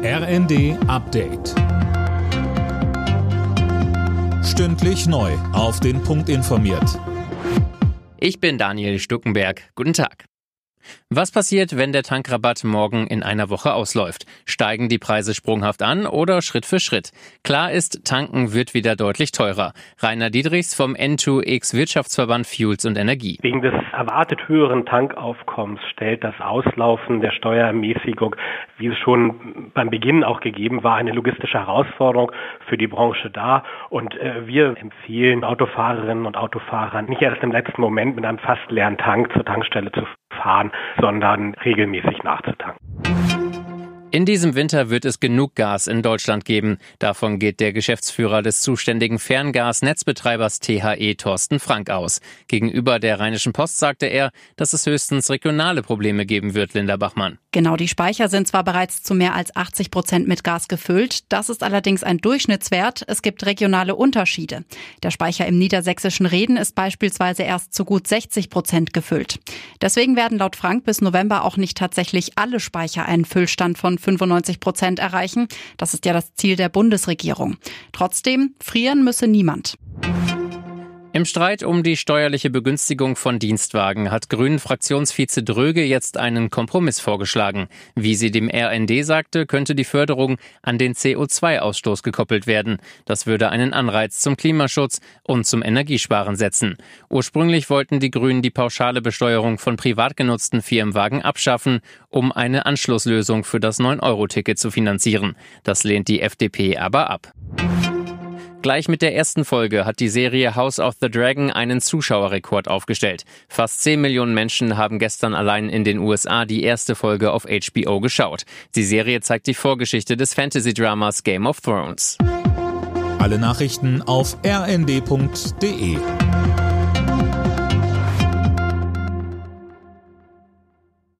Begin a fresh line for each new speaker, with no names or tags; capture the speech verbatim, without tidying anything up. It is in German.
R N D Update. Stündlich neu auf den Punkt informiert.
Ich bin Daniel Stuckenberg. Guten Tag. Was passiert, wenn der Tankrabatt morgen in einer Woche ausläuft? Steigen die Preise sprunghaft an oder Schritt für Schritt? Klar ist, tanken wird wieder deutlich teurer. Rainer Diedrichs vom N zwei X Wirtschaftsverband Fuels und Energie.
Wegen des erwartet höheren Tankaufkommens stellt das Auslaufen der Steuerermäßigung, wie es schon beim Beginn auch gegeben war, eine logistische Herausforderung für die Branche dar. Und äh, wir empfehlen Autofahrerinnen und Autofahrern, nicht erst im letzten Moment mit einem fast leeren Tank zur Tankstelle zu fahren, sondern regelmäßig nachzutanken.
In diesem Winter wird es genug Gas in Deutschland geben. Davon geht der Geschäftsführer des zuständigen Ferngas-Netzbetreibers T H E Thorsten Frank aus. Gegenüber der Rheinischen Post sagte er, dass es höchstens regionale Probleme geben wird, Linda Bachmann.
Genau, die Speicher sind zwar bereits zu mehr als achtzig Prozent mit Gas gefüllt. Das ist allerdings ein Durchschnittswert. Es gibt regionale Unterschiede. Der Speicher im niedersächsischen Reden ist beispielsweise erst zu gut sechzig Prozent gefüllt. Deswegen werden laut Frank bis November auch nicht tatsächlich alle Speicher einen Füllstand von fünfundneunzig Prozent erreichen. Das ist ja das Ziel der Bundesregierung. Trotzdem, frieren müsse niemand.
Im Streit um die steuerliche Begünstigung von Dienstwagen hat Grünen-Fraktionsvize Dröge jetzt einen Kompromiss vorgeschlagen. Wie sie dem R N D sagte, könnte die Förderung an den C O zwei Ausstoß gekoppelt werden. Das würde einen Anreiz zum Klimaschutz und zum Energiesparen setzen. Ursprünglich wollten die Grünen die pauschale Besteuerung von privat genutzten Firmenwagen abschaffen, um eine Anschlusslösung für das neun Euro Ticket zu finanzieren. Das lehnt die F D P aber ab. Gleich mit der ersten Folge hat die Serie House of the Dragon einen Zuschauerrekord aufgestellt. Fast zehn Millionen Menschen haben gestern allein in den U S A die erste Folge auf H B O geschaut. Die Serie zeigt die Vorgeschichte des Fantasy-Dramas Game of Thrones.
Alle Nachrichten auf r n d punkt d e.